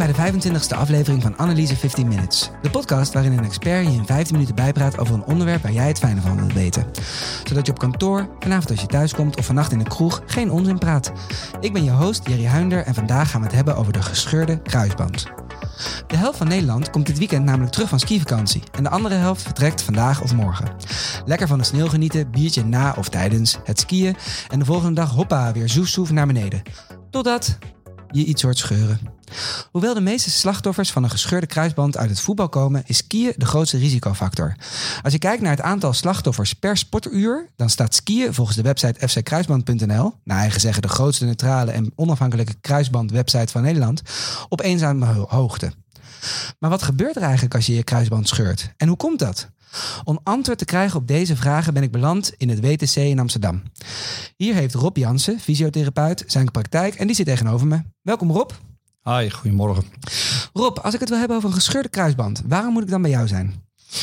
bij de 25e aflevering van Analyse 15 Minutes. De podcast waarin een expert je in 15 minuten bijpraat over een onderwerp waar jij het fijne van wilt weten. Zodat je op kantoor, vanavond als je thuis komt of vannacht in de kroeg geen onzin praat. Ik ben je host Jerry Huinder en vandaag gaan we het hebben over de gescheurde kruisband. De helft van Nederland komt dit weekend namelijk terug van skivakantie en de andere helft vertrekt vandaag of morgen. Lekker van de sneeuw genieten, biertje na of tijdens het skiën en de volgende dag hoppa weer zoef naar beneden. Totdat je iets hoort scheuren. Hoewel de meeste slachtoffers van een gescheurde kruisband uit het voetbal komen, is skiën de grootste risicofactor. Als je kijkt naar het aantal slachtoffers per sportuur, dan staat skiën volgens de website fckruisband.nl, naar eigen zeggen de grootste neutrale en onafhankelijke kruisbandwebsite van Nederland, op eenzame hoogte. Maar wat gebeurt er eigenlijk als je je kruisband scheurt? En hoe komt dat? Om antwoord te krijgen op deze vragen ben ik beland in het WTC in Amsterdam. Hier heeft Rob Jansen, fysiotherapeut, zijn praktijk en die zit tegenover me. Welkom Rob. Hi, goedemorgen. Rob, als ik het wil hebben over een gescheurde kruisband, waarom moet ik dan bij jou zijn?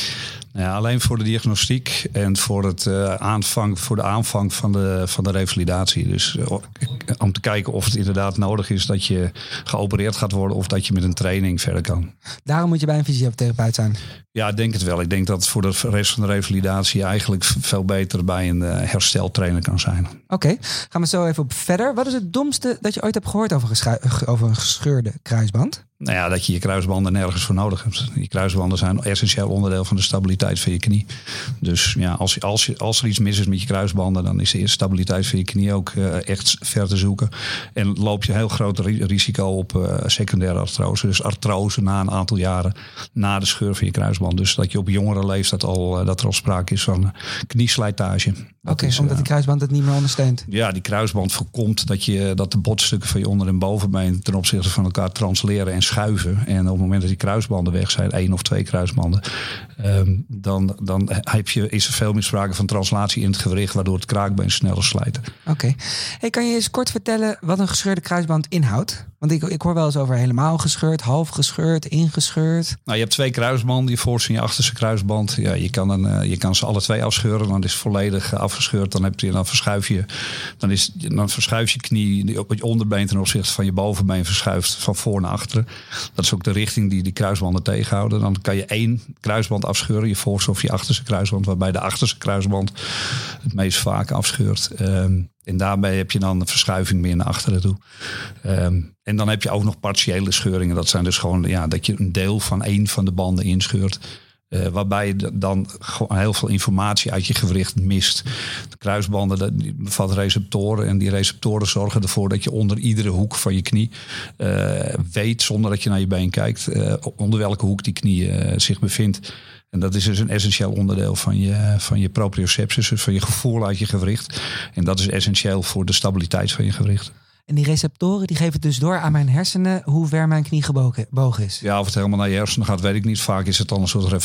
Nou ja, alleen voor de diagnostiek en voor de aanvang van de revalidatie. Dus om te kijken of het inderdaad nodig is dat je geopereerd gaat worden of dat je met een training verder kan. Daarom moet je bij een fysiotherapeut zijn? Ja, ik denk het wel. Ik denk dat het voor de rest van de revalidatie eigenlijk veel beter bij een hersteltrainer kan zijn. Oké, gaan we zo even op verder. Wat is het domste dat je ooit hebt gehoord over een gescheurde kruisband? Nou ja, dat je kruisbanden nergens voor nodig hebt. Die kruisbanden zijn een essentieel onderdeel van de stabiliteit van je knie. Dus ja, als er iets mis is met je kruisbanden, dan is de stabiliteit van je knie ook echt ver te zoeken. En loop je een heel groot risico op secundaire artrose. Dus artrose na een aantal jaren na de scheur van je kruisband. Dus dat je op jongere leeftijd dat er al sprake is van knieslijtage. Oké, omdat die kruisband het niet meer ondersteunt. Ja, die kruisband voorkomt dat de botstukken van je onder- en bovenbeen ten opzichte van elkaar transleren en schuiven. En op het moment dat die kruisbanden weg zijn, 1 of 2 kruisbanden, dan is er veel meer sprake van translatie in het gewricht, waardoor het kraakbeen sneller slijt. Oké. Hey, kan je eens kort vertellen wat een gescheurde kruisband inhoudt? Want ik hoor wel eens over helemaal gescheurd, half gescheurd, ingescheurd. Nou, je hebt 2 kruisbanden, je voorste en je achterste kruisband. Ja, je kan ze alle 2 afscheuren, dan is het volledig afgescheurd. Dan verschuif je knie op je onderbeen ten opzichte van je bovenbeen verschuift van voor naar achteren. Dat is ook de richting die kruisbanden tegenhouden. Dan kan je 1 kruisband afscheuren, je voorste of je achterste kruisband, waarbij de achterste kruisband het meest vaak afscheurt. En daarbij heb je dan een verschuiving meer naar achteren toe. En dan heb je ook nog partiële scheuringen. Dat zijn dus gewoon dat je een deel van 1 van de banden inscheurt. Waarbij je dan gewoon heel veel informatie uit je gewricht mist. De kruisbanden die bevatten receptoren. En die receptoren zorgen ervoor dat je onder iedere hoek van je knie weet, zonder dat je naar je been kijkt, onder welke hoek die knie zich bevindt. En dat is dus een essentieel onderdeel van je proprioceptus, dus van je gevoel uit je gewricht. En dat is essentieel voor de stabiliteit van je gewricht. En die receptoren die geven dus door aan mijn hersenen hoe ver mijn knie gebogen is. Ja, of het helemaal naar je hersenen gaat, weet ik niet. Vaak is het dan een soort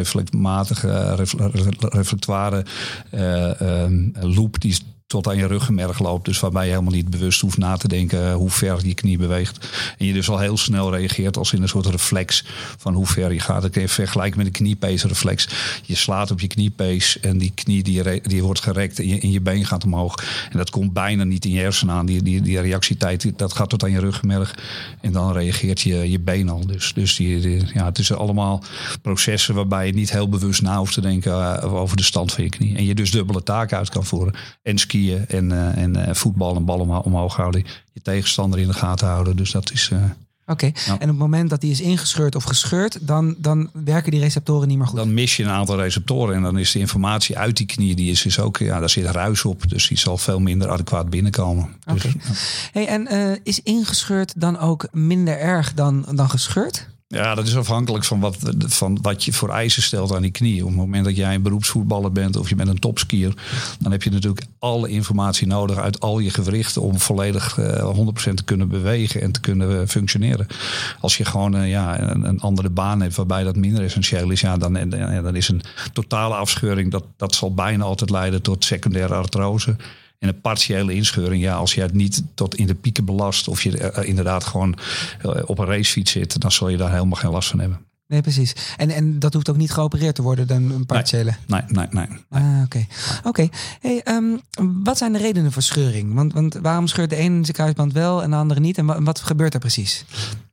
reflectoire loop die tot aan je ruggenmerg loopt. Dus waarbij je helemaal niet bewust hoeft na te denken hoe ver je knie beweegt. En je dus al heel snel reageert als in een soort reflex van hoe ver je gaat. Dat kun je vergelijken met een kniepeesreflex. Je slaat op je kniepees en die knie die wordt gerekt en je been gaat omhoog. En dat komt bijna niet in je hersenen aan. Die reactietijd, dat gaat tot aan je ruggenmerg. En dan reageert je been al. Dus het is allemaal processen waarbij je niet heel bewust na hoeft te denken over de stand van je knie. En je dus dubbele taken uit kan voeren. En skiën en voetbal en ballen omhoog houden. Je tegenstander in de gaten houden. Dus dat is... Oké. En op het moment dat die is ingescheurd of gescheurd, dan werken die receptoren niet meer goed? Dan mis je een aantal receptoren en dan is de informatie uit die knie, die is ook, daar zit ruis op. Dus die zal veel minder adequaat binnenkomen. Oké. Dus, Hey, en is ingescheurd dan ook minder erg dan gescheurd? Ja, dat is afhankelijk van wat je voor eisen stelt aan die knie. Op het moment dat jij een beroepsvoetballer bent of je bent een topskier, dan heb je natuurlijk alle informatie nodig uit al je gewrichten om volledig 100% te kunnen bewegen en te kunnen functioneren. Als je gewoon een andere baan hebt waarbij dat minder essentieel is, dan is een totale afscheuring, dat zal bijna altijd leiden tot secundaire artrose. En een partiële inscheuring, als je het niet tot in de pieken belast, of je inderdaad gewoon op een racefiets zit, dan zal je daar helemaal geen last van hebben. Nee, precies. En dat hoeft ook niet geopereerd te worden, dan een partiële? Nee. Oké. Hey, wat zijn de redenen voor scheuring? Want waarom scheurt de ene zijn kruisband wel en de andere niet? En wat gebeurt er precies?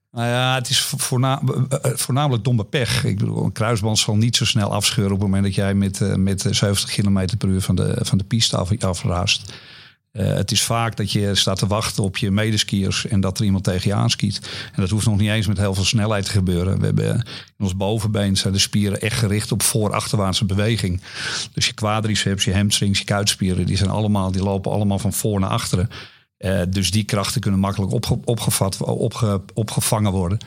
Nou ja, het is voornamelijk domme pech. Ik bedoel, een kruisband zal niet zo snel afscheuren op het moment dat jij met 70 km per uur van de piste afraast. Het is vaak dat je staat te wachten op je medeskiers en dat er iemand tegen je aanskiet. En dat hoeft nog niet eens met heel veel snelheid te gebeuren. We hebben in ons bovenbeen zijn de spieren echt gericht op voor-achterwaartse beweging. Dus je quadriceps, je hamstrings, je kuitspieren, die lopen allemaal van voor naar achteren. Dus die krachten kunnen makkelijk opgevangen worden.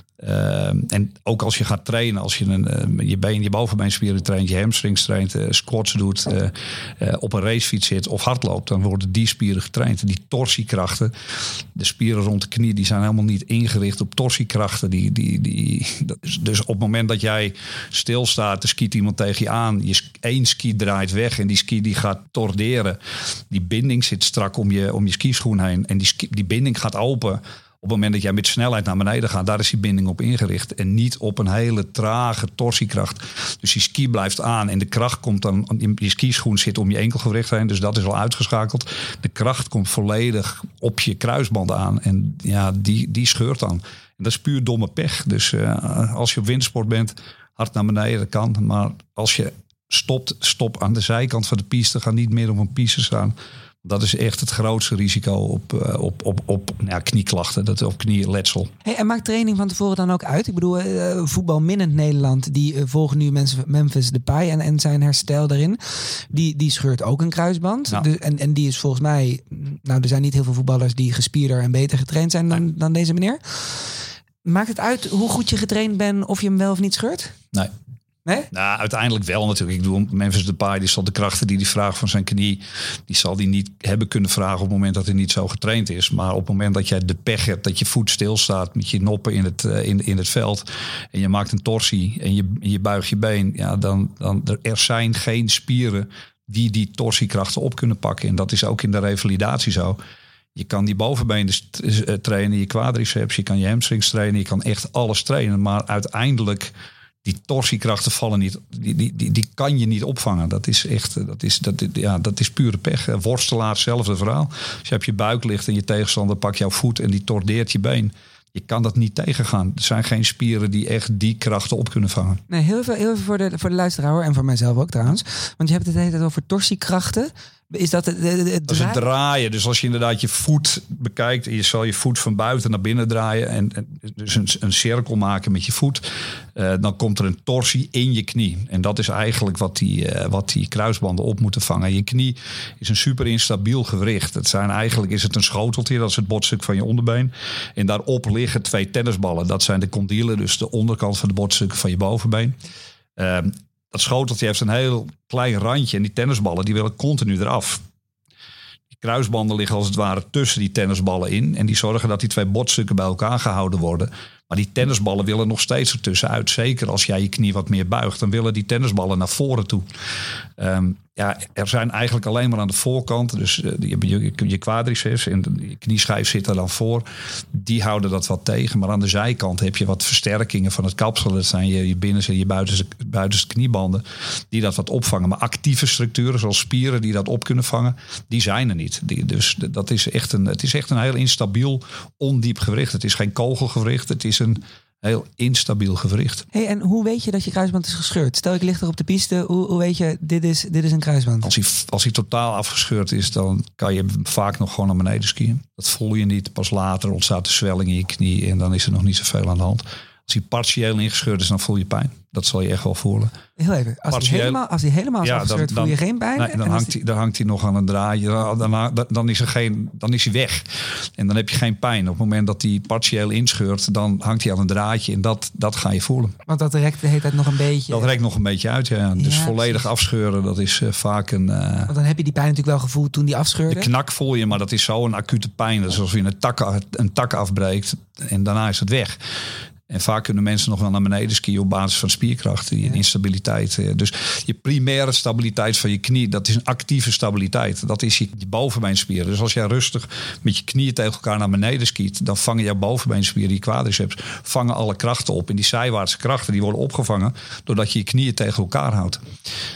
En ook als je gaat trainen, als je je bovenbeenspieren traint, je hamstrings traint, squats doet, op een racefiets zit of hardloopt, dan worden die spieren getraind. Die torsiekrachten, de spieren rond de knie, die zijn helemaal niet ingericht op torsiekrachten. Dus op het moment dat jij stilstaat, er skiet iemand tegen je aan, één ski draait weg en die ski die gaat torderen. Die binding zit strak om je skischoen heen en die binding gaat open. Op het moment dat jij met snelheid naar beneden gaat, daar is die binding op ingericht. En niet op een hele trage torsiekracht. Dus die ski blijft aan en de kracht komt dan... Je skischoen zit om je enkelgewricht heen, dus dat is al uitgeschakeld. De kracht komt volledig op je kruisband aan. En ja, die scheurt dan. En dat is puur domme pech. Dus als je op wintersport bent, hard naar beneden, dat kan. Maar als je stop aan de zijkant van de piste. Ga niet meer op een piste staan. Dat is echt het grootste risico op knieklachten, of knieletsel. Hey, en maakt training van tevoren dan ook uit? Ik bedoel, voetbalminnend Nederland, die volgen nu Memphis Depay en zijn herstel daarin. Die scheurt ook een kruisband. Ja. En die is volgens mij... Nou, er zijn niet heel veel voetballers die gespierder en beter getraind zijn dan deze meneer. Maakt het uit hoe goed je getraind bent of je hem wel of niet scheurt? Nee. Nee? Nou, uiteindelijk wel natuurlijk. Ik bedoel, Memphis Depay, die zal de krachten die hij vraagt van zijn knie, die zal die niet hebben kunnen vragen op het moment dat hij niet zo getraind is. Maar op het moment dat jij de pech hebt dat je voet stilstaat met je noppen in het veld en je maakt een torsie en je buigt je been, ja, dan er zijn geen spieren die torsiekrachten op kunnen pakken. En dat is ook in de revalidatie zo. Je kan die bovenbenen trainen, je quadriceps, je kan je hamstrings trainen, je kan echt alles trainen. Maar uiteindelijk, die torsiekrachten vallen niet, die kan je niet opvangen. Dat is pure pech. Worstelaar, hetzelfde verhaal. Als je op je buik ligt en je tegenstander pakt jouw voet en die tordeert je been. Je kan dat niet tegengaan. Er zijn geen spieren die echt die krachten op kunnen vangen. Nee, heel veel voor de luisteraar hoor. En voor mijzelf ook trouwens. Want je hebt het de hele tijd over torsiekrachten. Is dat het dat is het draaien. Dus als je inderdaad je voet bekijkt, en je zal je voet van buiten naar binnen draaien en dus een cirkel maken met je voet, dan komt er een torsie in je knie. En dat is eigenlijk wat die kruisbanden op moeten vangen. Je knie is een super instabiel gewricht. Eigenlijk is het een schoteltje, dat is het botstuk van je onderbeen. En daarop liggen 2 tennisballen. Dat zijn de condylen, dus de onderkant van de botstukken van je bovenbeen. Dat schoteltje heeft een heel klein randje en die tennisballen die willen continu eraf. Die kruisbanden liggen als het ware tussen die tennisballen in en die zorgen dat die 2 botstukken bij elkaar gehouden worden. Maar die tennisballen willen nog steeds ertussenuit. Zeker als jij je knie wat meer buigt, dan willen die tennisballen naar voren toe. Er zijn eigenlijk alleen maar aan de voorkant, dus je quadriceps en je knieschijf zit er dan voor. Die houden dat wat tegen. Maar aan de zijkant heb je wat versterkingen van het kapsel. Dat zijn je binnenste en je buitenste kniebanden die dat wat opvangen. Maar actieve structuren zoals spieren die dat op kunnen vangen, die zijn er niet. Dus het is echt een heel instabiel, ondiep gewricht. Het is geen kogelgewricht. Het is een heel instabiel gewricht. Hey, en hoe weet je dat je kruisband is gescheurd? Stel, ik lig er op de piste. Hoe weet je, dit is een kruisband? Als hij totaal afgescheurd is, dan kan je vaak nog gewoon naar beneden skiën. Dat voel je niet. Pas later ontstaat de zwelling in je knie en dan is er nog niet zoveel aan de hand. Als hij partieel ingescheurd is, dan voel je pijn. Dat zal je echt wel voelen. Heel even. Als hij helemaal is afgescheurd, voel je geen pijn? Nee, dan hangt hij nog aan een draadje. Dan is hij weg. En dan heb je geen pijn. Op het moment dat hij partieel inscheurt, dan hangt hij aan een draadje. En dat ga je voelen. Want dat rekt de hele tijd nog een beetje. Dat rekt nog een beetje uit, ja. Dus volledig precies. Afscheuren, dat is vaak een... Want dan heb je die pijn natuurlijk wel gevoeld toen die afscheurde. De knak voel je, maar dat is zo'n acute pijn. Dat is alsof je een tak afbreekt en daarna is het weg. En vaak kunnen mensen nog wel naar beneden skiën op basis van spierkracht, die instabiliteit. Dus je primaire stabiliteit van je knie, dat is een actieve stabiliteit. Dat is je bovenbeenspieren. Dus als jij rustig met je knieën tegen elkaar naar beneden skiet, dan vangen jouw bovenbeenspieren, die quadriceps, vangen alle krachten op. En die zijwaartse krachten, die worden opgevangen doordat je je knieën tegen elkaar houdt.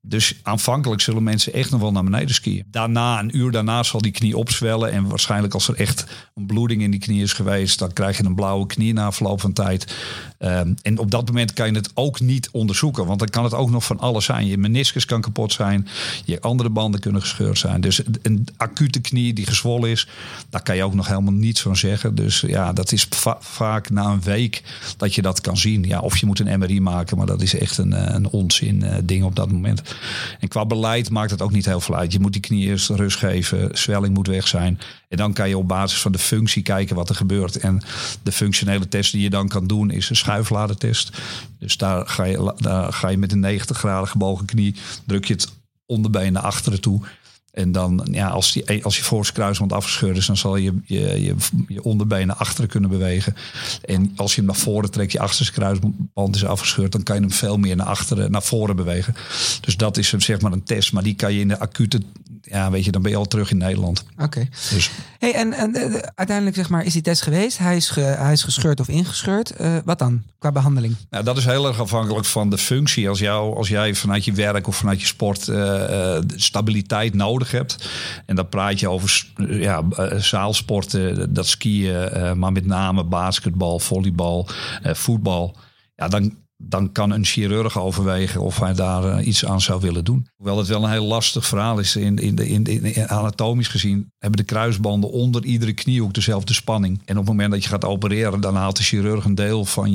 Dus aanvankelijk zullen mensen echt nog wel naar beneden skiën. Daarna, een uur daarna, zal die knie opzwellen. En waarschijnlijk als er echt een bloeding in die knie is geweest, dan krijg je een blauwe knie na verloop van tijd. En op dat moment kan je het ook niet onderzoeken. Want dan kan het ook nog van alles zijn. Je meniscus kan kapot zijn. Je andere banden kunnen gescheurd zijn. Dus een acute knie die gezwollen is, daar kan je ook nog helemaal niets van zeggen. Dus ja, dat is vaak na een week dat je dat kan zien. Ja, of je moet een MRI maken, maar dat is echt een onzin ding op dat moment. En qua beleid maakt het ook niet heel veel uit. Je moet die knie eerst rust geven. Zwelling moet weg zijn. En dan kan je op basis van de functie kijken wat er gebeurt. En de functionele test die je dan kan doen is een schuifladetest. Dus daar ga je met een 90 graden gebogen knie, druk je het onderbeen naar achteren toe. En dan, ja, als je voorste kruisband afgescheurd is, dan zal je onderbeen naar achteren kunnen bewegen. En als je hem naar voren trekt, je achterste kruisband is afgescheurd, dan kan je hem veel meer naar voren bewegen. Dus dat is zeg maar een test, maar die kan je in de acute, ja, weet je, dan ben je al terug in Nederland. Oké. Dus. Hey, en uiteindelijk zeg maar is die test geweest. Hij is gescheurd of ingescheurd. Wat dan qua behandeling? Nou, dat is heel erg afhankelijk van de functie. Als jij vanuit je werk of vanuit je sport stabiliteit nodig hebt. En dan praat je over zaalsporten, dat skiën, maar met name basketbal, volleybal, voetbal. Ja, dan kan een chirurg overwegen of hij daar iets aan zou willen doen. Hoewel het wel een heel lastig verhaal is. In anatomisch gezien hebben de kruisbanden onder iedere kniehoek dezelfde spanning. En op het moment dat je gaat opereren, dan haalt de chirurg een deel van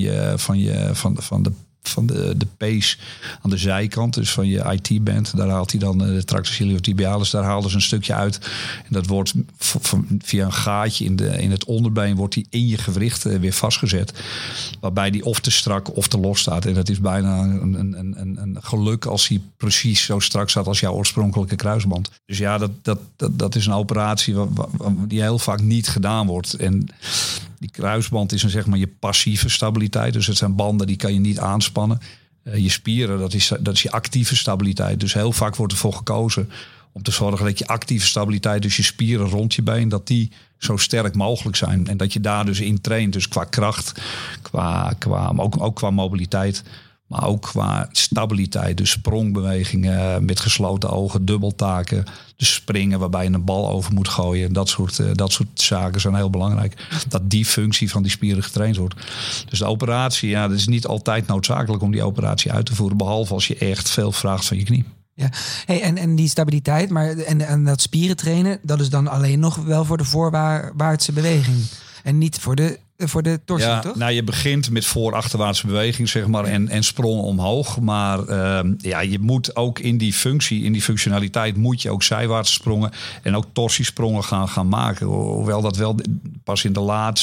de pees aan de zijkant, dus van je IT-band. Daar haalt hij dan de tractus iliotibialis, daar haalden ze een stukje uit. En dat wordt via een gaatje in het onderbeen wordt die in je gewricht weer vastgezet. Waarbij die of te strak of te los staat. En dat is bijna een geluk als hij precies zo strak staat als jouw oorspronkelijke kruisband. Dus ja, dat is een operatie die heel vaak niet gedaan wordt. En die kruisband is zeg maar je passieve stabiliteit. Dus het zijn banden die kan je niet aanspannen. Je spieren, dat is je actieve stabiliteit. Dus heel vaak wordt ervoor gekozen om te zorgen dat je actieve stabiliteit, dus je spieren rond je been, dat die zo sterk mogelijk zijn. En dat je daar dus in traint. Dus qua kracht, ook qua mobiliteit. Maar ook qua stabiliteit, dus sprongbewegingen met gesloten ogen, dubbeltaken, dus springen waarbij je een bal over moet gooien. Dat soort zaken zijn heel belangrijk. Dat die functie van die spieren getraind wordt. Dus de operatie, ja, dat is niet altijd noodzakelijk om die operatie uit te voeren, behalve als je echt veel vraagt van je knie. Ja, hey, en die stabiliteit, maar en dat spieren trainen, dat is dan alleen nog wel voor de voorwaartse beweging en niet voor de torsie, ja, toch? Nou, je begint met voor-achterwaartse beweging, zeg maar, en sprongen omhoog. Maar je moet ook in die functionaliteit moet je ook zijwaartse sprongen en ook torsiesprongen gaan maken. Hoewel dat wel pas in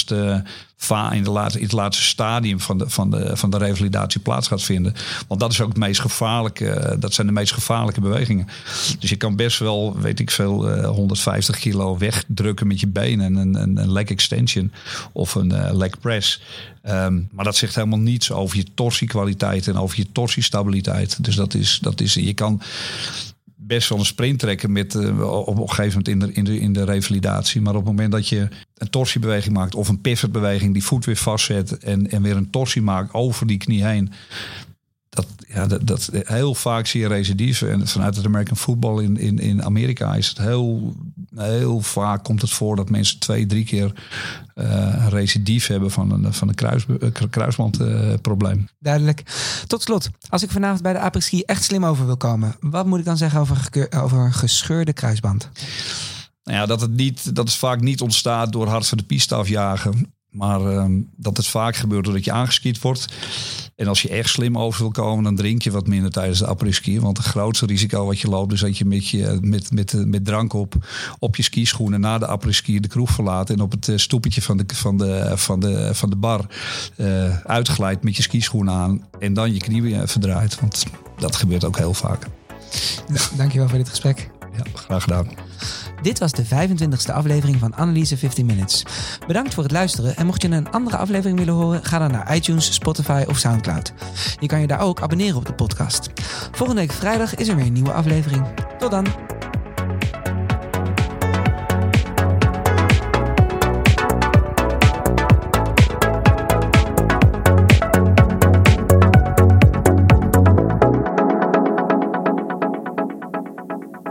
het laatste stadium van de revalidatie plaats gaat vinden. Want dat is ook het meest gevaarlijke. Dat zijn de meest gevaarlijke bewegingen. Dus je kan best wel, 150 kilo wegdrukken met je benen en een leg extension of een leg press. Maar dat zegt helemaal niets over je torsiekwaliteit en over je torsiestabiliteit. Dus je kan best wel een sprint trekken op een gegeven moment in de revalidatie. Maar op het moment dat je een torsiebeweging maakt of een pivotbeweging, die voet weer vastzet en weer een torsie maakt over die knie heen. Dat heel vaak zie je recidive. En vanuit het American football in Amerika is het heel vaak komt het voor dat mensen 2-3 keer recidief hebben van een kruisbandprobleem. Duidelijk. Tot slot, als ik vanavond bij de apres-ski echt slim over wil komen, wat moet ik dan zeggen over een gescheurde kruisband? Nou ja, dat het vaak niet ontstaat door hard van de piste afjagen. Maar dat het vaak gebeurt doordat je aangeskiet wordt. En als je echt slim over wil komen, dan drink je wat minder tijdens de après-ski. Want het grootste risico wat je loopt is dat je met drank op je skischoenen na de après-ski de kroeg verlaat. En op het stoepetje van de bar uitglijdt met je skischoenen aan. En dan je knie verdraait. Want dat gebeurt ook heel vaak. Dankjewel voor dit gesprek. Ja, graag gedaan. Dit was de 25e aflevering van Analyse 15 Minutes. Bedankt voor het luisteren en mocht je een andere aflevering willen horen, ga dan naar iTunes, Spotify of Soundcloud. Je kan je daar ook abonneren op de podcast. Volgende week vrijdag is er weer een nieuwe aflevering. Tot dan!